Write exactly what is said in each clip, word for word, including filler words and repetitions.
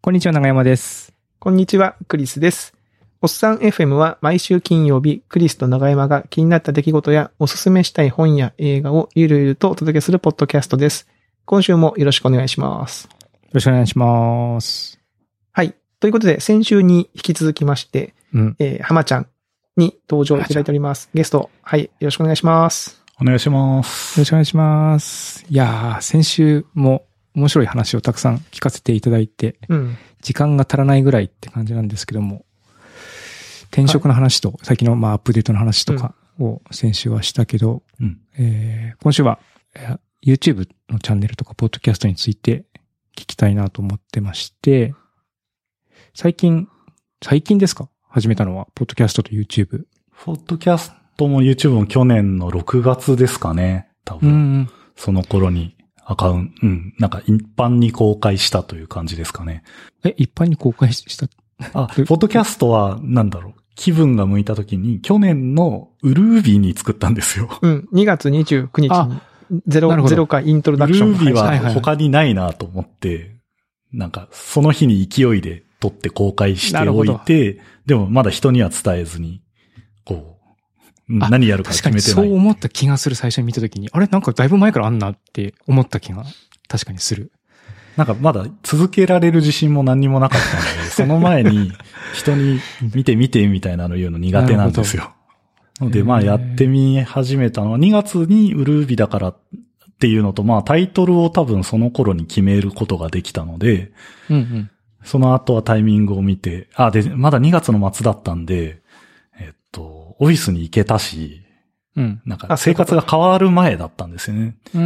こんにちは、長山です。 こんにちは、クリスです。おっさん エフエム は毎週金曜日、クリスと長山が気になった出来事やおすすめしたい本や映画をゆるゆるとお届けするポッドキャストです。今週もよろしくお願いします。よろしくお願いします。 はい。ということで、先週に引き続きまして、うん、えー、浜ちゃんに登場いただいております。ゲスト、はい、よろしくお願いします。 お願いします。 よろしくお願いします。いやー、先週も面白い話をたくさん聞かせていただいて、うん、時間が足らないぐらいって感じなんですけども、転職の話と、最近のまあアップデートの話とかを先週はしたけど、うんえー、今週は YouTube のチャンネルとかポッドキャストについて聞きたいなと思ってまして、最近、最近ですか？始めたのは、ポッドキャストと YouTube。 ポッドキャストも YouTube も去年のろくがつですかね。多分。うん、その頃にアカウント、うん、なんか一般に公開したという感じですかね。 え、一般に公開したあ、ポッドキャストは、なんだろう。気分が向いた時に、去年のウルービーに作ったんですよ。 うん。にがつにじゅうくにちにゼロ、ゼロ回イントロダクション。 ウルービーは他にないなと思って、はいはい、なんか、その日に勢いで撮って公開しておいて、でもまだ人には伝えずに、こう、何やるか決めてない。 確かにそう思った気がする、最初に見た時に。あれなんかだいぶ前からあんなって思った気が確かにする。 なんかまだ続けられる自信も何にもなかったので、その前に人に見て見てみたいなの言うの苦手なんですよ。のでまあやってみ始めたのはにがつにウルービだからっていうのと、まあタイトルを多分その頃に決めることができたので、うんうん、その後はタイミングを見て、あ、で、まだにがつの末だったんで、えっと、オフィスに行けたし、うん、なんか生活が変わる前だったんですよね。うん、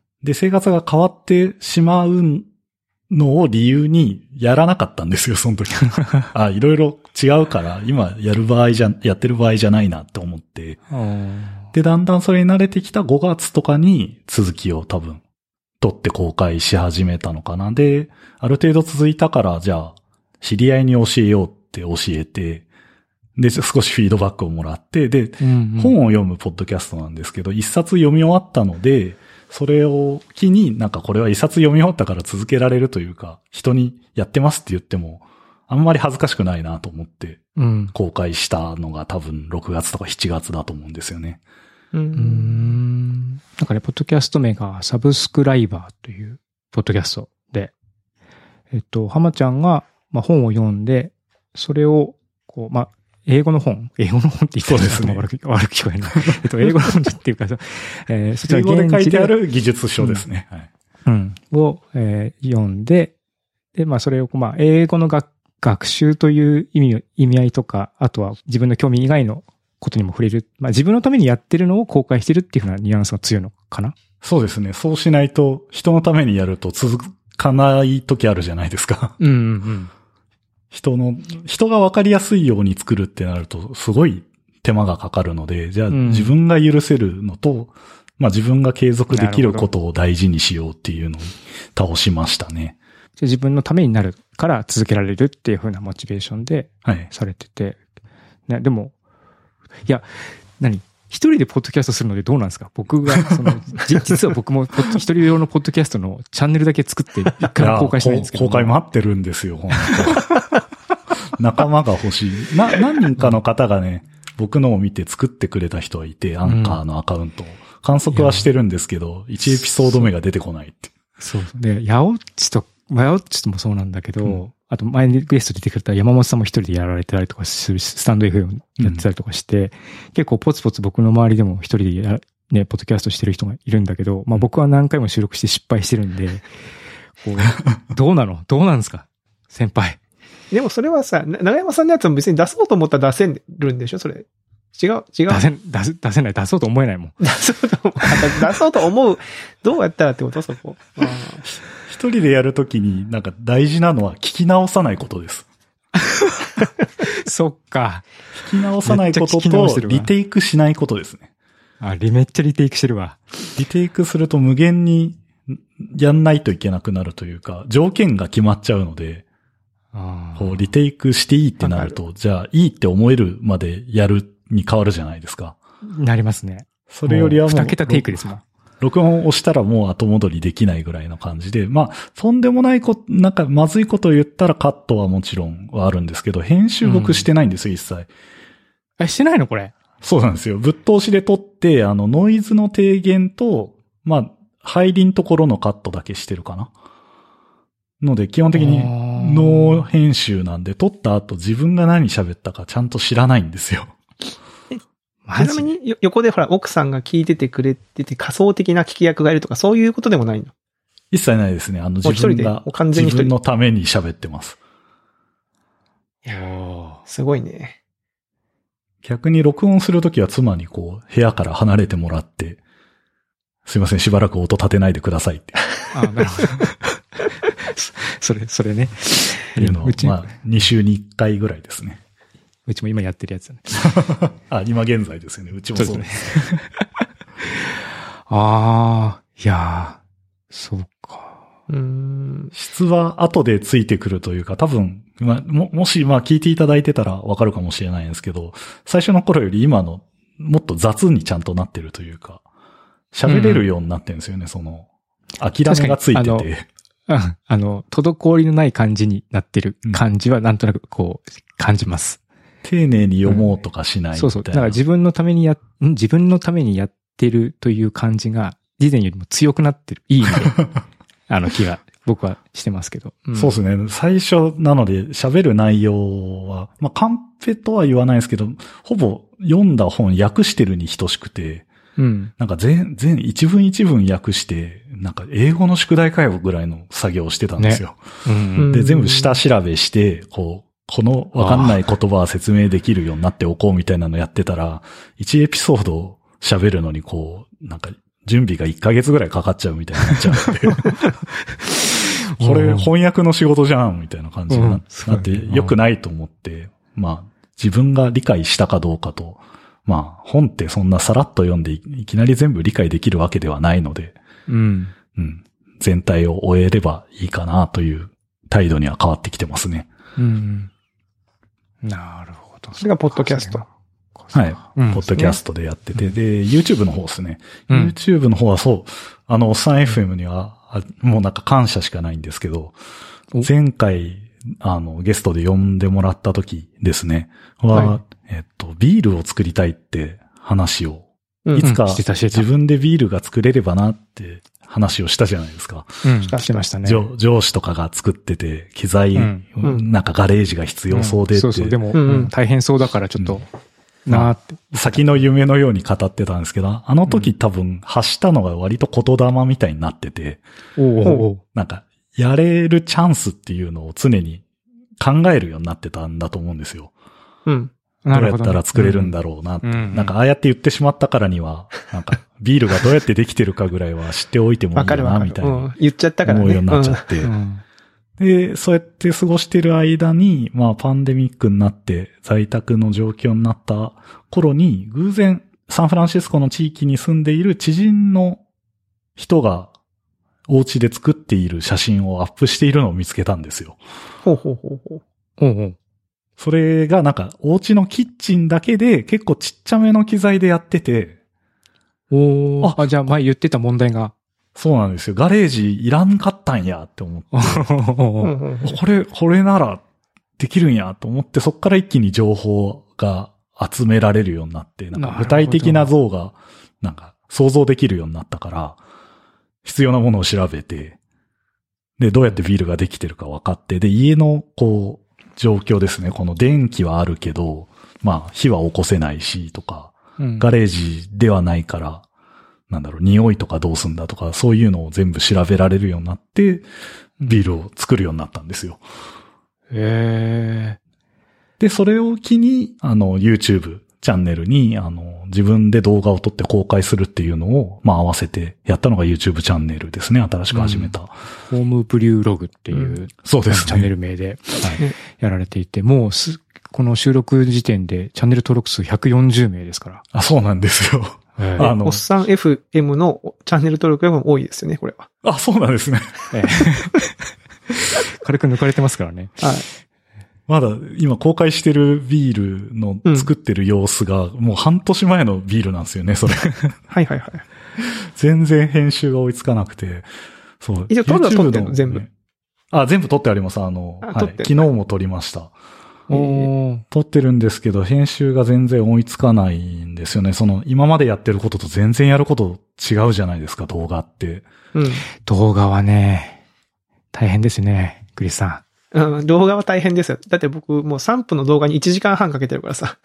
で、生活が変わってしまうのを理由にやらなかったんですよ、その時。あ、いろいろ違うから、今やる場合じゃ、やってる場合じゃないなって思って。で、だんだんそれに慣れてきたごがつとかに続きを多分、撮って公開し始めたのかな。で、ある程度続いたから、じゃあ、知り合いに教えようって教えて、で、少しフィードバックをもらって、で、うんうん、本を読むポッドキャストなんですけど、一冊読み終わったので、それを機になんかこれは一冊読み終わったから続けられるというか、人にやってますって言っても、あんまり恥ずかしくないなと思って、公開したのが多分ろくがつとかしちがつだと思うんですよね。 うん。うーんなんかね、ポッドキャスト名がサブスクライバーというポッドキャストで、えっと、浜ちゃんが、まあ、本を読んで、それを、こう、まあ、英語の本英語の本って言ったらそうですね。悪く、悪く聞こえる。えっと、英語の本っていうか、 えー、そちら現地で。英語で書いてある技術書ですね。 うん。はい、うん、を、えー、読んで、で、まあ、それを、まあ、英語の学、学習という意味、意味合いとか、あとは自分の興味以外のことにも触れる。まあ、自分のためにやってるのを公開してるっていうふうなニュアンスが強いのかな？ そうですね。そうしないと、人のためにやると続かない時あるじゃないですか。うんうんうん。人の、人が分かりやすいように作るってなると、すごい手間がかかるので、じゃあ自分が許せるのと、うん、まあ自分が継続できることを大事にしようっていうのを倒しましたね。 じゃあ自分のためになるから続けられるっていう風なモチベーションでされてて、はいね、でも、いや、何一人でポッドキャストするのでどうなんですか？僕が、その、実は僕も一人用のポッドキャストのチャンネルだけ作って一回も公開してないんですけど。 公開待ってるんですよ、本当仲間が欲しい。な、何人かの方がね、僕のを見て作ってくれた人はいて、アンカーのアカウントを。観測はしてるんですけど、いちエピソード目が出てこないって。 そう。で、ヤオッチと、ヤオッチともそうなんだけど、うんあと前にゲスト出てくれた山本さんも一人でやられてたりとかするスタンド エフエム やってたりとかして、うん、結構ポツポツ僕の周りでも一人でやね、ポッドキャストしてる人がいるんだけど、まあ僕は何回も収録して失敗してるんで、こうどうなのどうなんですか先輩。 でもそれはさ、長山さんのやつも別に出そうと思ったら出せるんでしょそれ。違う、違う。 出せ、出せ、出せない。出そうと思えないもん。 出そうと思う。出そうと思う。どうやったらってことそこ。 一人でやるときになんか大事なのは聞き直さないことです。 そっか。 聞き直さないこととリテイクしないことですね。 あ、リめっちゃリテイクしてるわ。 リテイクすると無限にやんないといけなくなるというか、条件が決まっちゃうので、あこうリテイクしていいってなると、じゃあいいって思えるまでやるに変わるじゃないですか。 なりますね。 それよりはもう。 二桁テイクですもん。 録音を押したらもう後戻りできないぐらいの感じで、まあ、とんでもないこと、なんかまずいことを言ったらカットはもちろんはあるんですけど、編集僕してないんですよ、うん、一切。 え、してないのこれ。 そうなんですよ。ぶっ通しで撮って、あの、ノイズの低減と、まあ、入りんところのカットだけしてるかな。ので、基本的にノー編集なんで、撮った後自分が何喋ったかちゃんと知らないんですよ。 ちなみに、横でほら、奥さんが聞いててくれてて、仮想的な聞き役がいるとか、そういうことでもないの？ 一切ないですね。あの、自分が、自分のために喋ってます。 いやー、すごいね。 逆に録音するときは妻にこう、部屋から離れてもらって、すいません、しばらく音立てないでくださいって。 ああ、なるほど。それ、それね。 いうのを、まあ、に週にいっかいぐらいですね。 うちも今やってるやつ、ね。 あ、今現在ですよね。うちもそうです。そうですね、 ああ、いやー、そうか。 うーん。 質は後でついてくるというか、多分、まあ、も、もし、まあ聞いていただいてたらわかるかもしれないんですけど、最初の頃より今の、もっと雑にちゃんとなってるというか、喋れるようになってるんですよね、うん、その、諦めがついてて。 うん。あの、滞りのない感じになってる感じはなんとなくこう、感じます。 丁寧に読もうとかしないみたいな、うん。そうそう。 だから自分のためにや、ん自分のためにやってるという感じが、以前よりも強くなってる。いい意味で。あの気が、僕はしてますけど。 うん、そうですね。最初なので喋る内容は、まあ、カンペとは言わないですけど、ほぼ読んだ本訳してるに等しくて、 うん。 なんか全、全、一文一文訳して、なんか英語の宿題かよぐらいの作業をしてたんですよ。 ね、うん、 で、全部下調べして、こう、このわかんない言葉は説明できるようになっておこうみたいなのやってたら、いちエピソードを喋るのにこう、なんか準備がいっかげつぐらいかかっちゃうみたいになっちゃうんで。これ翻訳の仕事じゃんみたいな感じになって良くないと思って、まあ自分が理解したかどうかと、まあ本ってそんなさらっと読んでいきなり全部理解できるわけではないので、 うん、 うん、全体を終えればいいかなという態度には変わってきてますね。 うん、なるほど。 それがポッドキャスト。 はい。うん、ポッドキャストでやってて、うん、で、YouTube の方ですね。うん、YouTube の方はそう、あの、おっさん エフエム には、もうなんか感謝しかないんですけど、前回、あの、ゲストで呼んでもらった時ですね、は、はい、えっと、ビールを作りたいって話を、うん、いつか自分でビールが作れればなって話をしたじゃないですか。 うん、してましたね。 上, 上司とかが作ってて、機材、うん、なんかガレージが必要そうでって。 うん、そうそう、でも、うん、大変そうだからちょっと、うんなーって、 まあ。先の夢のように語ってたんですけど、あの時多分発したのが割と言霊みたいになってて、 うん、 なんか、やれるチャンスっていうのを常に考えるようになってたんだと思うんですよ。 うん。 どうやったら作れるんだろうなって。うん、なんか、ああやって言ってしまったからには、なんか、ビールがどうやってできてるかぐらいは知っておいてもいいよな、みたいな、うん。 言っちゃったからね。 思うようになっちゃって。うんで、そうやって過ごしてる間に、まあパンデミックになって在宅の状況になった頃に、偶然サンフランシスコの地域に住んでいる知人の人がお家で作っている写真をアップしているのを見つけたんですよ。 ほうほうほうほう。 ほうほう。 それがなんかお家のキッチンだけで結構ちっちゃめの機材でやってて。 おー。あ、じゃあ前言ってた問題が。 そうなんですよ。ガレージいらんかったんやって思って。これ、これならできるんやと思って、そっから一気に情報が集められるようになって、なんか具体的な像がなんか想像できるようになったから、必要なものを調べて、で、どうやってビールができてるか分かって、で、家のこう、状況ですね。この電気はあるけど、まあ火は起こせないしとか、うん、ガレージではないから、なんだろう、匂いとかどうすんだとか、そういうのを全部調べられるようになって、ビールを作るようになったんですよ。 へー。 で、それを機に、あの、YouTube チャンネルに、あの、自分で動画を撮って公開するっていうのを、まあ合わせてやったのが YouTube チャンネルですね。新しく始めた。うん、 ホームブリューログっていう、うん、 そうですね。 チャンネル名で、はい、やられていて、もうす、この収録時点でチャンネル登録数ひゃくよんじゅうめいですから。 あ、そうなんですよ。 あの、おっさん エフエム のチャンネル登録が多いですよね、これは。 あ、そうなんですね。ええ、 軽く抜かれてますからね。 はい。 まだ今公開してるビールの作ってる様子がもう半年前のビールなんですよね、それ。 はいはいはい。 全然編集が追いつかなくて。そう。 一応撮るのは撮ってるの、全部。 あ、全部撮ってあります。あの、あはい、昨日も撮りました。 お撮ってるんですけど、編集が全然追いつかないんですよね。その、今までやってることと全然やること違うじゃないですか、動画って。 うん。動画はね、大変ですね、クリスさん。うん、動画は大変ですよ。だって僕もうさんぷんの動画にいちじかんはんかけてるからさ。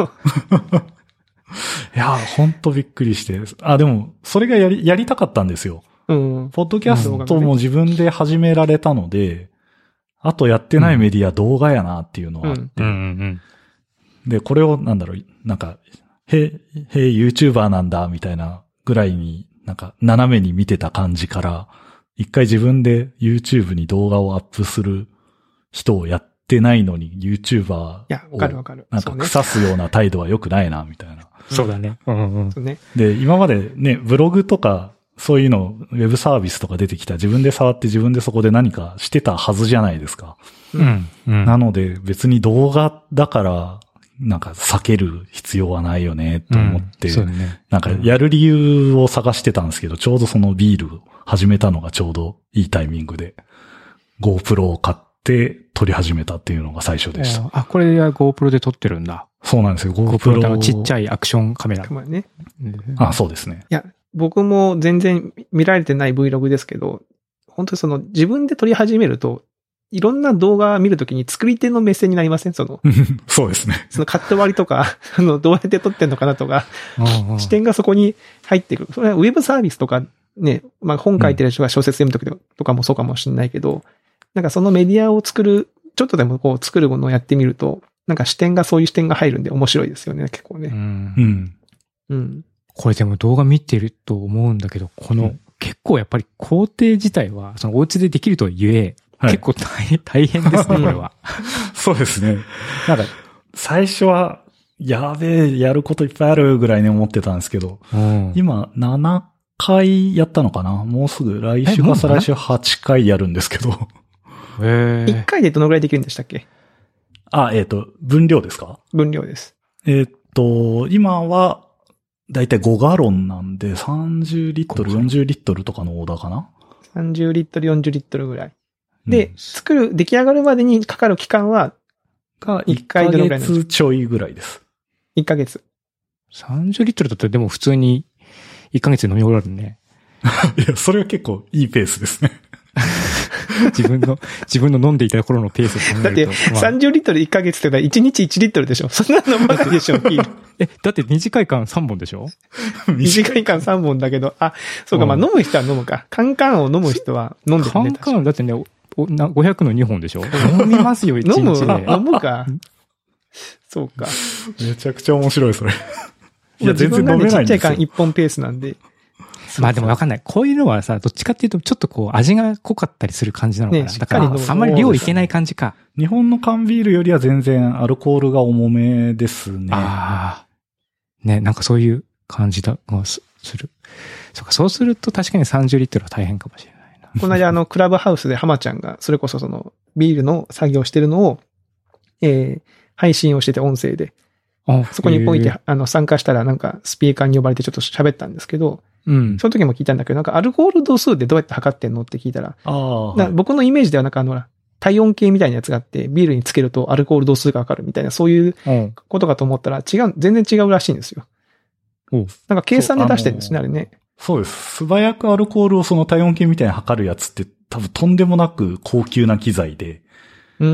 いや、ほんとびっくりして。あ、でも、それがやり、やりたかったんですよ。 うん。 ポッドキャストも自分で始められたので、あとやってないメディア動画やなっていうのはあって。 うんうんうん、 で、これをなんだろう、なんか、へ、へ、YouTuber なんだみたいなぐらいになんか斜めに見てた感じから、一回自分で YouTube に動画をアップする人をやってないのに YouTuber をいや、わかるわかる。 なんか腐すような態度は良くないなみたいな。 そうだね。うんうん。 そうね。 で、今までね、ブログとか、そういうの、ウェブサービスとか出てきた自分で触って自分でそこで何かしてたはずじゃないですか。 うん。うん、 なので別に動画だから、なんか避ける必要はないよね、と思って、うんそうね、なんかやる理由を探してたんですけど、ちょうどそのビールを始めたのがちょうどいいタイミングで、GoPro を買って撮り始めたっていうのが最初でした。 あ、これは GoPro で撮ってるんだ。 そうなんですよ。 GoPro のちっちゃいアクションカメラ。 ね。 あ、そうですね。 いや、僕も全然見られてない Vlog ですけど、本当にその自分で撮り始めると、いろんな動画見るときに作り手の目線になりません？その。 そうですね。 そのカット割りとか、あの、どうやって撮ってんのかなとか、視点がそこに入ってくる。それはウェブサービスとかね、まあ本書いてる人が小説読むときとかもそうかもしれないけど、うん、なんかそのメディアを作る、ちょっとでもこう作るものをやってみると、なんか視点がそういう視点が入るんで面白いですよね、結構ね。 うん。 うん。 うん。 これでも動画見てると思うんだけど、この、うん、結構やっぱり工程自体は、そのお家でできると言え、はい、結構大変、大変ですね、これは。 そうですね。なんか、最初は、やべえ、やることいっぱいあるぐらいに思ってたんですけど、うん、今、ななかいやったのかな？もうすぐ来週か再来週はちかいやるんですけど。 へいっかいでどのぐらいできるんでしたっけ？ あ、えっと、分量ですか？ 分量です。 えっと、今は、だいたいごガロンなんで、さんじゅうリットル、よんじゅうリットルとかのオーダーかな？ さんじゅうリットル、よんじゅうリットルぐらい。で、うん、作る、出来上がるまでにかかる期間は、 がいっかいどのぐらいなんですか？いっかげつちょいぐらいです。 いっかげつ。 さんじゅうリットルだったらでも普通にいっかげつで飲み終わるね。 いや、それは結構いいペースですね。 自分の、自分の飲んでいた頃のペースを考えると。 だって、さんじゅうリットルいっかげつって言ったらいちにちいちリットルでしょ？そんなの飲まないでしょ？ え、だって短い間さんぼんでしょ？ 短い間さんぼんだけど、あ、そうか、まあ飲む人は飲むか。カンカンを飲む人は飲んでるね。 カンカンだってね、おなごひゃくのにほんでしょ？飲みますよ、いちにちで。 飲む、飲むか。そうか。 めちゃくちゃ面白い、それ。 いや、全然飲めないんですよ。ちっちゃい缶いっぽんペースなんで。 まあでもわかんない。こういうのはさ、どっちかっていうとちょっとこう味が濃かったりする感じなのかな。ね、だからあんまり量いけない感じか。 日本の缶ビールよりは全然アルコールが重めですね。 ああ。ね、なんかそういう感じだ、する。そうか、そうすると確かにさんじゅうリットルは大変かもしれないな。 この間あの、クラブハウスで浜ちゃんが、それこそその、ビールの作業してるのを、えー、配信をしてて音声で。そこにポイってあの参加したらなんかスピーカーに呼ばれてちょっと喋ったんですけど、 うん。 その時も聞いたんだけど、なんかアルコール度数ってどうやって測ってんのって聞いたら、 ああ、 はい、僕のイメージではなんかあの、体温計みたいなやつがあって、ビールにつけるとアルコール度数がわかるみたいな、そういうことかと思ったら違う、全然違うらしいんですよ。 おなんか計算で出してるんですね、あれね。 そうです。素早くアルコールをその体温計みたいに測るやつって多分とんでもなく高級な機材で、 うん、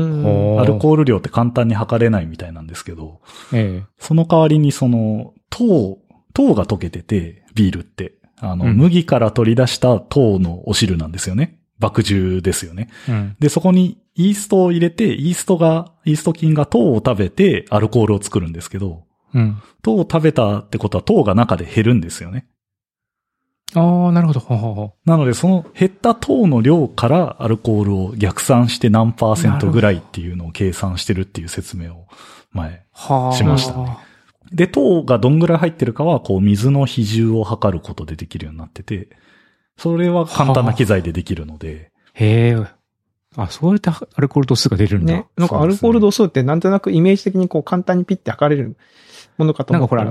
アルコール量って簡単に測れないみたいなんですけど、 ええ、 その代わりにその糖、糖が溶けてて、ビールって、あの、うん、麦から取り出した糖のお汁なんですよね。麦汁ですよね。 うん、 で、そこにイーストを入れて、イーストが、イースト菌が糖を食べてアルコールを作るんですけど、 うん、 糖を食べたってことは糖が中で減るんですよね。 ああ、なるほど。ほうほうほう。なので、その減った糖の量からアルコールを逆算して何パーセントぐらいっていうのを計算してるっていう説明を前しましたね。で、糖がどんぐらい入ってるかは、こう、水の比重を測ることでできるようになってて、それは簡単な機材でできるので。 へえ。あ、そうやってアルコール度数が出るんだ。 ね。なんかアルコール度数ってなんとなくイメージ的にこう簡単にピッて測れるものかと思ったら。 なんかほら、あの、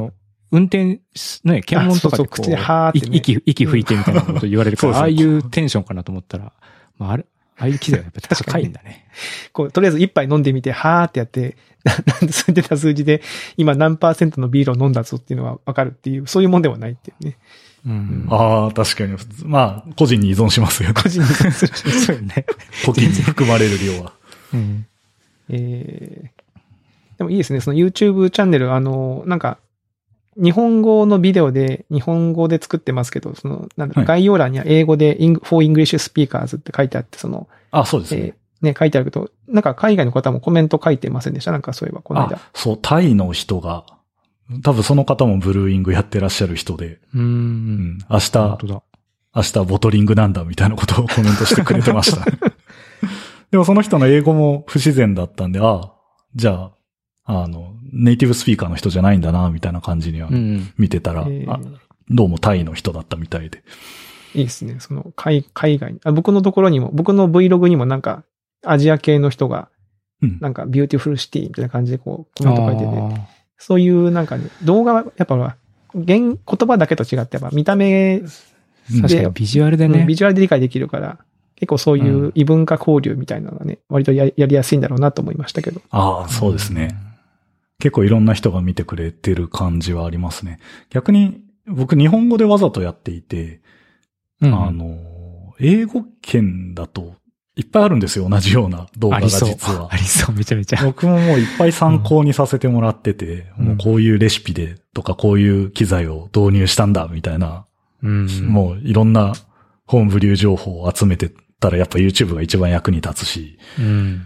運転、ね、検問とかでこう、 そうそう口ではーってね息、息吹いてみたいなこと言われるから、 そうそうああいうテンションかなと思ったら、まあ、あれ、ああいう機材はやっぱ高いんだね。 こう、とりあえず一杯飲んでみて、はーってやって、なんでそれ出た数字で、今何パーセントのビールを飲んだぞっていうのはわかるっていう、そういうもんではないっていうね。 うん、 ああ、確かに。まあ、個人に依存しますよね。 個人に依存する。 そうよね。 個人に含まれる量は。 うん、 えー、でもいいですね。その YouTube チャンネル、あの、なんか、日本語のビデオで、日本語で作ってますけど、その、なんだろう、概要欄には英語で for English Speakers って書いてあって、その、 あ、そうですね。 えーね、書いてあるけど、なんか海外の方もコメント書いてませんでした？なんかそういえば、この間。 あ、そう、タイの人が、多分その方もブルーイングやってらっしゃる人で、 うん、うん明日、 本当だ。 明日ボトリングなんだみたいなことをコメントしてくれてました。でもその人の英語も不自然だったんで、ああ、じゃあ、あの、ネイティブスピーカーの人じゃないんだな、みたいな感じには見てたら、 うんえー、 あどうもタイの人だったみたいで。 いいですね。その海、海外あ、僕のところにも、僕の Vlog にもなんか、アジア系の人が、なんか、ビューティフルシティみたいな感じでこう、コメント書いてて、うん、そういうなんかね、動画は、やっぱ、言、言葉だけと違って、やっぱ見た目で、 確かにビジュアルでね、 うん。ビジュアルで理解できるから、結構そういう異文化交流みたいなのがね、割と や, やりやすいんだろうなと思いましたけど。 ああ、そうですね。結構いろんな人が見てくれてる感じはありますね。逆に、僕日本語でわざとやっていて、うん、あの、英語圏だと、いっぱいあるんですよ、同じような動画が実は。 ありそう、めちゃめちゃ。 僕ももういっぱい参考にさせてもらってて、うん、もうこういうレシピでとかこういう機材を導入したんだ、みたいな、うん、もういろんなホームブリュー情報を集めてたらやっぱ YouTube が一番役に立つし、うん、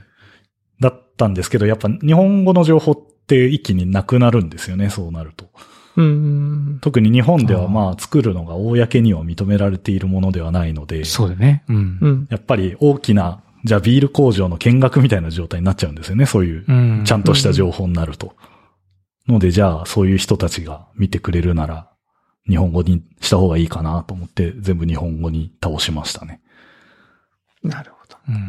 だったんですけど、やっぱ日本語の情報って一気になくなるんですよね、そうなると。 うん、 特に日本ではまあ作るのが公には認められているものではないので。 そうだね。うん。 やっぱり大きな、じゃあビール工場の見学みたいな状態になっちゃうんですよね。そういう、ちゃんとした情報になると。ので、じゃあそういう人たちが見てくれるなら、日本語にした方がいいかなと思って、全部日本語に倒しましたね。 なるほど。 うん。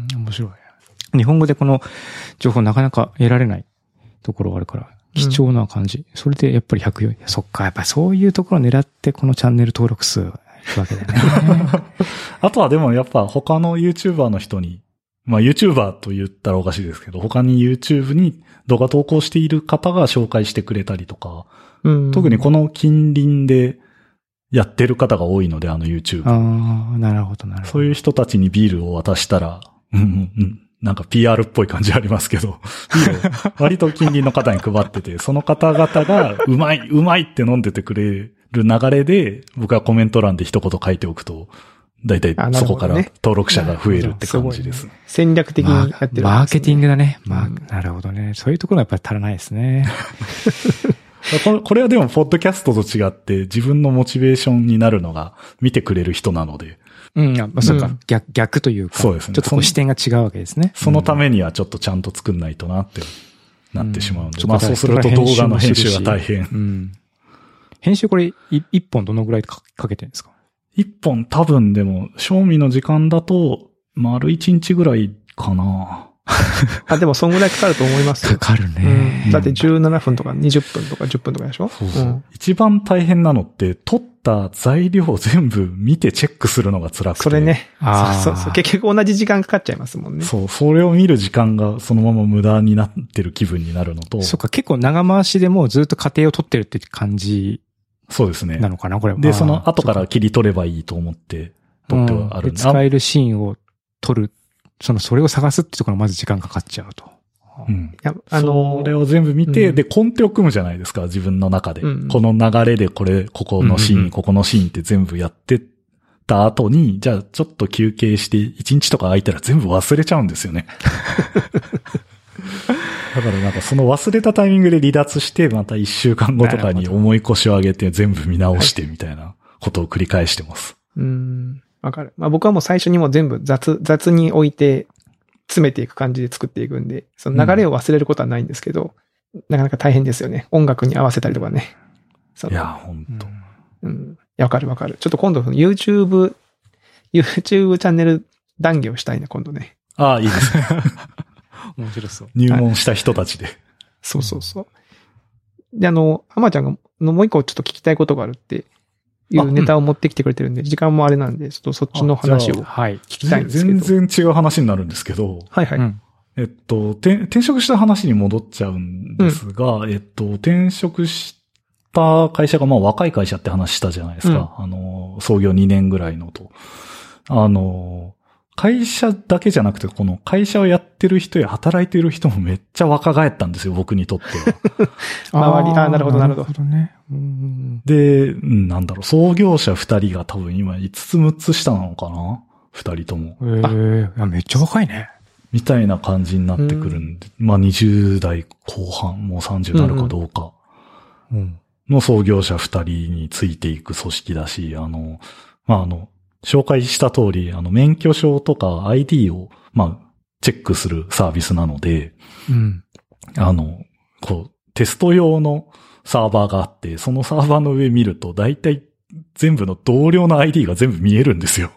面白い。日本語でこの情報なかなか得られないところがあるから。貴重な感じ。うん、それでやっぱりひゃくよん。そっか、やっぱりそういうところを狙ってこのチャンネル登録数いくわけだよね。 あとはでもやっぱ他の YouTuber の人に、まあ YouTuber と言ったらおかしいですけど、他に YouTube に動画投稿している方が紹介してくれたりとか、うん、特にこの近隣でやってる方が多いので、あの YouTube。 ああ、なるほどなるほど。 そういう人たちにビールを渡したら、うんうんうん。なんか ピーアール っぽい感じありますけど、ビールを割と近隣の方に配ってて、その方々がうまい、うまいって飲んでてくれる流れで、僕はコメント欄で一言書いておくと、だいたいそこから登録者が増えるって感じです。 ね、戦略的にやってる、ねまあ。マーケティングだね。まあ、うん、なるほどね。そういうところはやっぱり足らないですね。 これはでも、ポッドキャストと違って、自分のモチベーションになるのが見てくれる人なので、 うん、まあ、そうか、うん、逆、逆というか。 そうですね。 ちょっとこう視点が違うわけですね。 そのためにはちょっとちゃんと作んないとなってなってしまうんで。うん、まあそうすると動画の編集が大変。 うん、編集これ一本どのぐらいかけてるんですか？ 一本多分でも、賞味の時間だと、丸一日ぐらいかな。 あ、でもそんぐらいかかると思いますよ。 かかるね、 うん。だってじゅうななふんとかにじゅっぷんとかじゅっぷんとかでしょ？ そうそう、うん。一番大変なのって、撮った材料を全部見てチェックするのが辛くて。 それね。あそうそうそう。結局同じ時間かかっちゃいますもんね。 そう、それを見る時間がそのまま無駄になってる気分になるのと。 そうか、結構長回しでもうずっと過程を撮ってるって感じ。 そうですね。 なのかな、これは。 で、その後から切り取ればいいと思って撮ってはあるんで、使えるシーンを撮る。その、それを探すってところまず時間かかっちゃうと。 うん。いや、あのー、それを全部見て、うん、で、コンテを組むじゃないですか、自分の中で。うん、この流れでこれ、ここのシーン、うんうんうん、ここのシーンって全部やってた後に、じゃあちょっと休憩して、一日とか空いたら全部忘れちゃうんですよね。だからなんかその忘れたタイミングで離脱して、また一週間後とかに重い腰を上げて全部見直してみたいなことを繰り返してます。 うん。わかる。まあ僕はもう最初にもう全部雑、雑に置いて詰めていく感じで作っていくんで、その流れを忘れることはないんですけど、うん、なかなか大変ですよね。音楽に合わせたりとかね。 いや、ほんと。 うん。いや、わかるわかる。ちょっと今度 YouTube、YouTube チャンネル談義をしたいね、今度ね。 ああ、いいですね。 面白そう。 入門した人たちで。はい、 そうそうそう。で、あの、浜ちゃんがのもう一個ちょっと聞きたいことがあるっていうネタを持ってきてくれてるんで、時間もあれなんで、ちょっとそっちの話を聞きたいんですけど。 全然違う話になるんですけど。 はいはい。うん、 えっと、転職した話に戻っちゃうんですが、うん、えっと、転職した会社がまあ若い会社って話したじゃないですか。うん、あの、創業にねんぐらいのと。あの、会社だけじゃなくて、この会社をやってる人や働いてる人もめっちゃ若返ったんですよ、僕にとっては。周り、ああ、なるほど、なるほど。 なるほどね。うん、 で、なんだろう、創業者ふたりが多分今いつつむっつ下なのかな ?ふたりとも。 へえー、いや、めっちゃ若いね。 みたいな感じになってくるんで、うん、まあにじゅう代後半、もうさんじゅうになるかどうかの創業者ふたりについていく組織だし、あの、まああの、紹介した通り、あの、免許証とか アイディー を、まあ、チェックするサービスなので、 うん、 あの、こう、テスト用のサーバーがあって、そのサーバーの上見ると、だいたい全部の同僚の アイディー が全部見えるんですよ。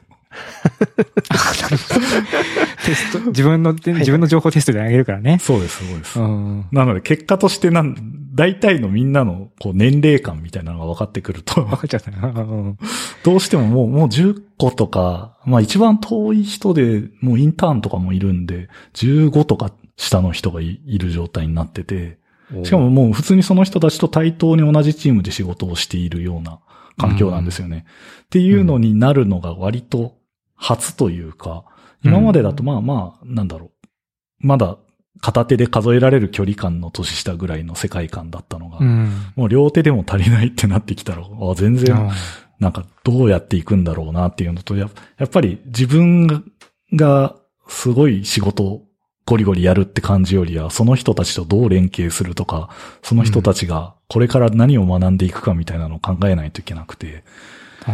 テスト、自分の、自分の情報テストであげるからね。 そうです、そうです。 うん、 なので、結果としてなん、大体のみんなのこう年齢感みたいなのが分かってくると。 分かっちゃったな。 どうしてももう、もうじゅっこととか、まあ一番遠い人でもうインターンとかもいるんで、じゅうごとか下の人が い, いる状態になってて、しかももう普通にその人たちと対等に同じチームで仕事をしているような環境なんですよね。うん、っていうのになるのが割と初というか、今までだとまあまあ、なんだろう。まだ片手で数えられる距離感の年下ぐらいの世界観だったのが、うん、もう両手でも足りないってなってきたら、あ全然、なんかどうやっていくんだろうなっていうのと、や, やっぱり自分がすごい仕事をゴリゴリやるって感じよりは、その人たちとどう連携するとか、その人たちがこれから何を学んでいくかみたいなのを考えないといけなくて、うん、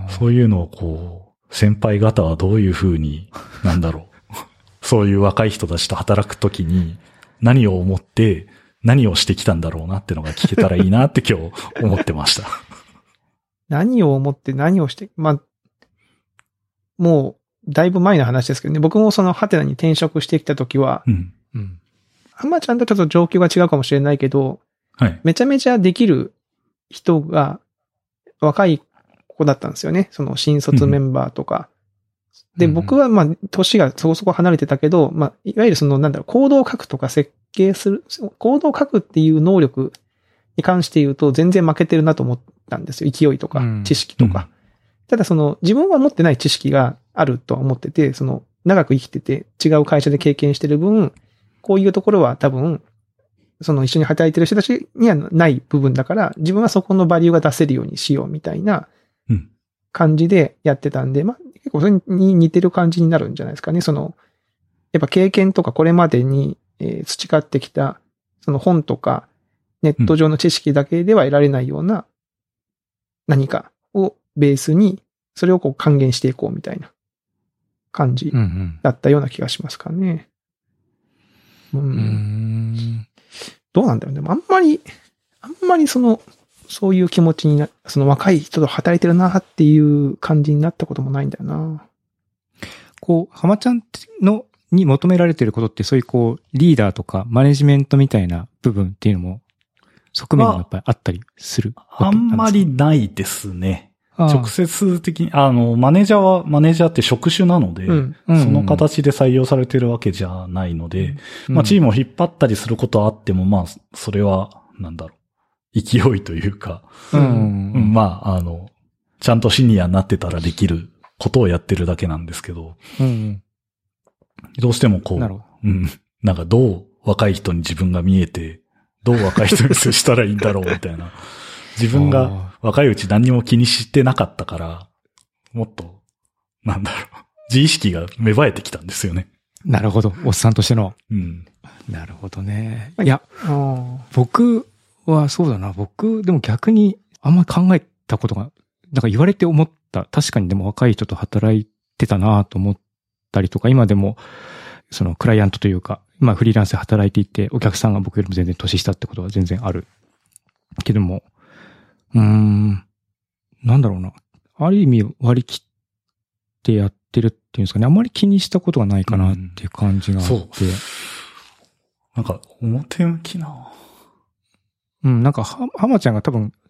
そういうのをこう、先輩方はどういうふうに、なんだろう。そういう若い人たちと働くときに何を思って何をしてきたんだろうなってのが聞けたらいいなって今日思ってました。 何を思って何をして、まあ、もうだいぶ前の話ですけどね、僕もそのハテナに転職してきたときは、うんうん、あんまちゃんとちょっと状況が違うかもしれないけど、はい、めちゃめちゃできる人が若い子だったんですよね。その新卒メンバーとか。うんで、僕は、まあ、年がそこそこ離れてたけど、まあ、いわゆるその、なんだろう、コードを書くとか設計する、コードを書くっていう能力に関して言うと、全然負けてるなと思ったんですよ。勢いとか、知識とか。うん、ただ、その、自分は持ってない知識があるとは思ってて、その、長く生きてて、違う会社で経験してる分、こういうところは多分、その一緒に働いてる人たちにはない部分だから、自分はそこのバリューが出せるようにしようみたいな感じでやってたんで、まあ、結構それに似てる感じになるんじゃないですかね。その、やっぱ経験とかこれまでに、えー、培ってきた、その本とかネット上の知識だけでは得られないような何かをベースに、それをこう還元していこうみたいな感じだったような気がしますかね。うんうん、うーんどうなんだろうね。あんまり、あんまりその、そういう気持ちにな、その若い人と働いてるなっていう感じになったこともないんだよな。 こう、浜ちゃんの、に求められてることってそういうこう、リーダーとかマネジメントみたいな部分っていうのも、側面がやっぱりあったりすることなんですか？ あんまりないですね。直接的に、あの、マネージャーは、マネージャーって職種なので、うん、その形で採用されてるわけじゃないので、うん、まあチームを引っ張ったりすることはあっても、まあ、それは、なんだろう。勢いというか、うんうん、まあ、あの、ちゃんとシニアになってたらできることをやってるだけなんですけど、うん、どうしてもこう、うん、なんかどう若い人に自分が見えて、どう若い人に接したらいいんだろうみたいな。自分が若いうち何にも気にしてなかったから、もっと、なんだろう、自意識が芽生えてきたんですよね。 なるほど。おっさんとしての。 うん。 なるほどね。いや、僕はそうだな。僕、でも逆にあんまり考えたことが、なんか言われて思った。確かにでも若い人と働いてたなと思ったりとか、今でも、そのクライアントというか、今フリーランスで働いていて、お客さんが僕よりも全然年下ってことは全然ある。けども、うーん、なんだろうな。ある意味割り切ってやってるっていうんですかね。あんまり気にしたことがないかなっていう感じがあって。うん、そう。 なんか、表向きな。 うん、なんか、は、浜ちゃんが多分、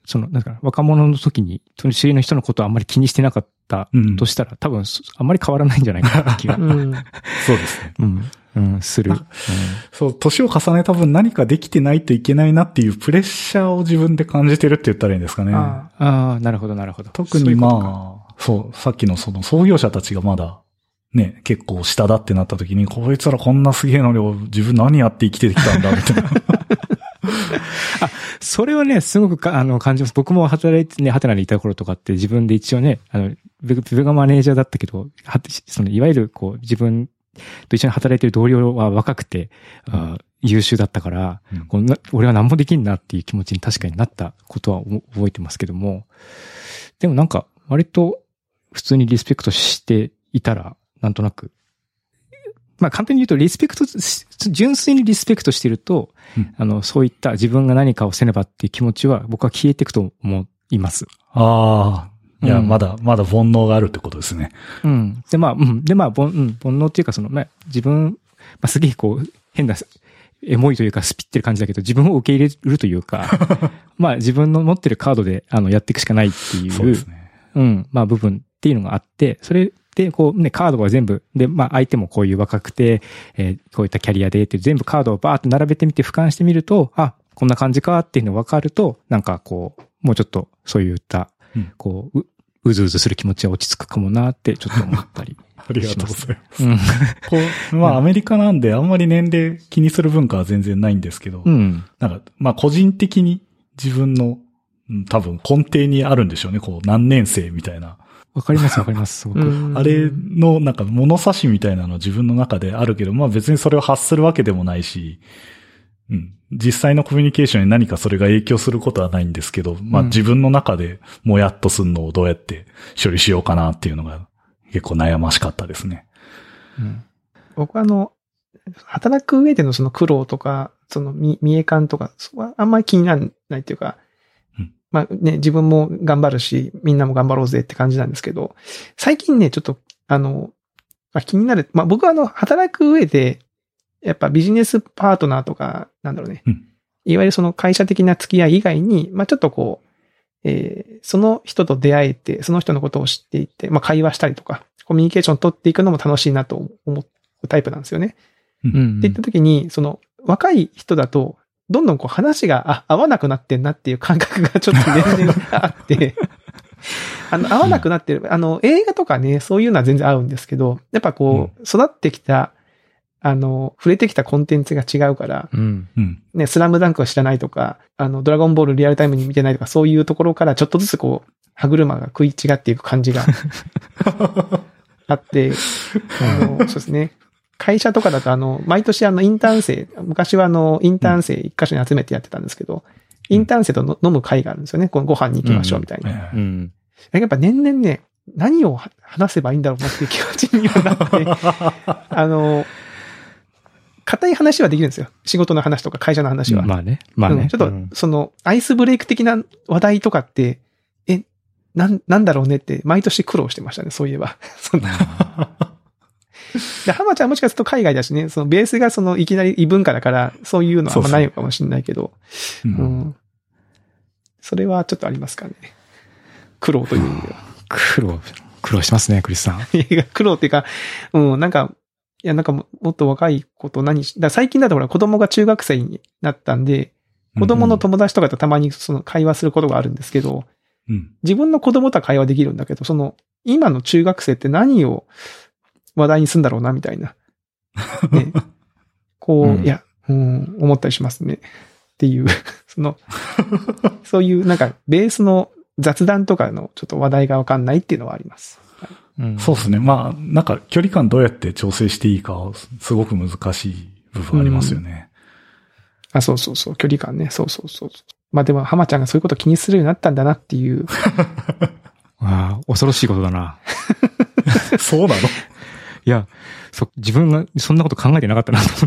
その、なんか若者の時に、周りの人のことをあんまり気にしてなかったとしたら、うん、多分、あんまり変わらないんじゃないかなって気が。うん、 そうですね。 うん。うん、する、うん。 そう、年を重ねた分何かできてないといけないなっていうプレッシャーを自分で感じてるって言ったらいいんですかね。 ああ、なるほど、なるほど。 特にまあ、そう、さっきのその創業者たちがまだ、ね、結構下だってなった時に、こいつらこんなすげえのに自分何やって生きてきたんだ、みたいな。 あ、それはね、すごくかあの感じます。僕も働いてね、ハテナにいた頃とかって自分で一応ね、あの、僕がマネージャーだったけど、はそのいわゆるこう自分と一緒に働いてる同僚は若くて、うん、優秀だったから、うん、こんな俺は何もできんなっていう気持ちに確かになったことは覚えてますけども、でもなんか割と普通にリスペクトしていたら、なんとなく、まあ簡単に言うとリスペクト、純粋にリスペクトしてると、うん、あの、そういった自分が何かをせねばっていう気持ちは僕は消えていくと思います。 ああ。いや、うん、まだ、まだ煩悩があるってことですね。 うん。で、まあ、うん。で、まあ、煩、うん、煩悩っていうか、その、まあ、自分、まあ、すげえこう、変な、エモいというか、スピってる感じだけど、自分を受け入れるというか、まあ、自分の持ってるカードで、あの、やっていくしかないっていう、そうですね。うん。まあ、部分っていうのがあって、それで、こう、ね、カードが全部、で、まあ、相手もこういう若くて、えー、こういったキャリアでっていう、全部カードをバーッと並べてみて、俯瞰してみると、あ、こんな感じかっていうのが分かると、なんかこう、もうちょっと、そういった、うん、こう、うずうずする気持ちは落ち着くかもなってちょっと思ったり。 ありがとうございます。うん、こうまあアメリカなんであんまり年齢気にする文化は全然ないんですけど、うん、なんかまあ個人的に自分の、うん、多分根底にあるんでしょうね。こう何年生みたいな。 わかりますわかります。すごく。 あれのなんか物差しみたいなの自分の中であるけど、まあ別にそれを発するわけでもないし、うん。実際のコミュニケーションに何かそれが影響することはないんですけど、まあ自分の中でもやっとするのをどうやって処理しようかなっていうのが結構悩ましかったですね。 うん、僕はあの、働く上でのその苦労とか、その見、見え感とか、そこはあんまり気にならないっていうか、うん、まあね、自分も頑張るし、みんなも頑張ろうぜって感じなんですけど、最近ね、ちょっとあの、まあ、気になる、まあ僕はあの、働く上で、やっぱビジネスパートナーとか、なんだろうね。うん、いわゆるその会社的な付き合い以外に、まあちょっとこう、えー、その人と出会えて、その人のことを知っていって、まあ会話したりとか、コミュニケーション取っていくのも楽しいなと思うタイプなんですよね。うんうん、って言った時に、その若い人だと、どんどんこう話があ合わなくなってんなっていう感覚がちょっと年々あって、あの合わなくなってる、あの映画とかね、そういうのは全然合うんですけど、やっぱこう、育ってきた、あの、触れてきたコンテンツが違うから、うんうん、ね、スラムダンクを知らないとか、あの、ドラゴンボールリアルタイムに見てないとか、そういうところからちょっとずつこう、歯車が食い違っていく感じがあって、あの、そうですね。会社とかだとあの、毎年あの、インターン生、昔はあの、インターン生一箇所に集めてやってたんですけど、インターン生との飲む会があるんですよね。このご飯に行きましょうみたいな。うんうん、やっぱ年々ね、何を話せばいいんだろうなっていう気持ちにはなって、あの、硬い話はできるんですよ。仕事の話とか会社の話は。 まあね。まあね。 うん、ちょっと、その、アイスブレイク的な話題とかって、え、なん、なんだろうねって、毎年苦労してましたね、そういえば。そんな。で、浜ちゃんもしかすると海外だしね、そのベースがその、いきなり異文化だから、そういうのはあんまないのかもしれないけど、そうそう、うんうん。それはちょっとありますかね。苦労という意味では。 苦労、苦労しますね、クリスさん。 いや、苦労っていうか、うん、なんか、いや、なんかもっと若い子と何し、だ最近だとほら子供が中学生になったんで、子供の友達とかとたまにその会話することがあるんですけど、うん、自分の子供とは会話できるんだけど、その、今の中学生って何を話題にするんだろうな、みたいな。ね、こう、うん、いや、うん、思ったりしますね。っていう、その、そういうなんかベースの雑談とかのちょっと話題がわかんないっていうのはあります。 うん、そうですね。まあ、なんか距離感どうやって調整していいかはすごく難しい部分ありますよね。 うん、あ、そうそうそう。距離感ね。そうそうそう。まあでも、浜ちゃんがそういうこと気にするようになったんだなっていう。 ああ、恐ろしいことだな。 そうなの？いや、そ、自分がそんなこと考えてなかったなと思って。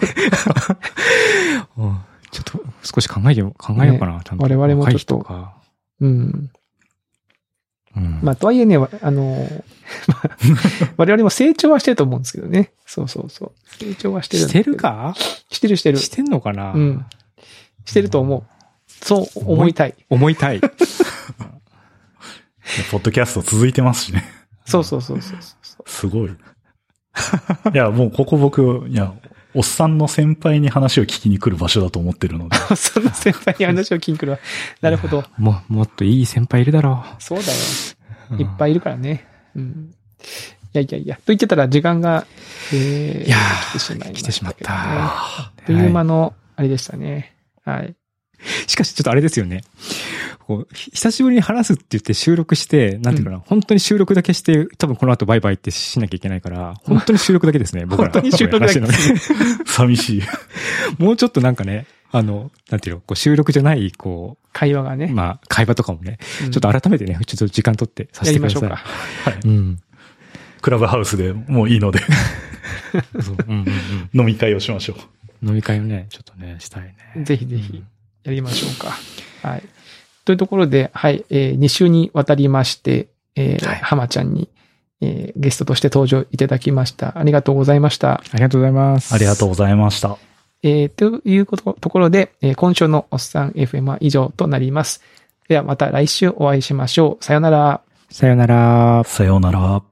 ちょっと少し考えてよ、考えようかな。ね、ちゃんと我々もちょっと。うん。うん、まあ、とはいえね、あの、我々も成長はしてると思うんですけどね。そうそうそう。成長はしてる。 してるか？ してるしてる。 してんのかな？ うん。してると思う。 そう思いたい。 思いたい。 ポッドキャスト続いてますしね。 そうそうそうそうそう。 すごい。いや、もうここ僕、いや、おっさんの先輩に話を聞きに来る場所だと思ってるので。 おっさんの先輩に話を聞きに来るわ。なるほど。 も、もっといい先輩いるだろう。そうだよ。いっぱいいるからね。うん。いやいやいや。と言ってたら時間が、えー、 いや来てしまいました、ね。来てしまった。 あっという間の、あれでしたね。はい。 しかしちょっとあれですよね。こう久しぶりに話すって言って収録して、なんていうかな、うん、本当に収録だけして、多分この後バイバイってしなきゃいけないから、本当に収録だけですね、僕ら。 本当に収録だけですね。 寂しい。 もうちょっとなんかね、あの、なんていうの、こう収録じゃない、こう、 会話がね。 まあ、会話とかもね、うん、ちょっと改めてね、ちょっと時間取ってさせてください。 やりましょうか。 はい。うん。クラブハウスでもういいのでそう、うんうんうん。飲み会をしましょう。飲み会をね、ちょっとね、したいね。 ぜひぜひ。やりましょうか。はい。というところで、はい、えー、に週にわたりまして、えー、はい、浜ちゃんに、えー、ゲストとして登場いただきました。ありがとうございました。 ありがとうございます。 ありがとうございました。 えー、ということ、ところで、えー、今週のおっさん エフエム は以上となります。ではまた来週お会いしましょう。さよなら。 さよなら。 さよなら。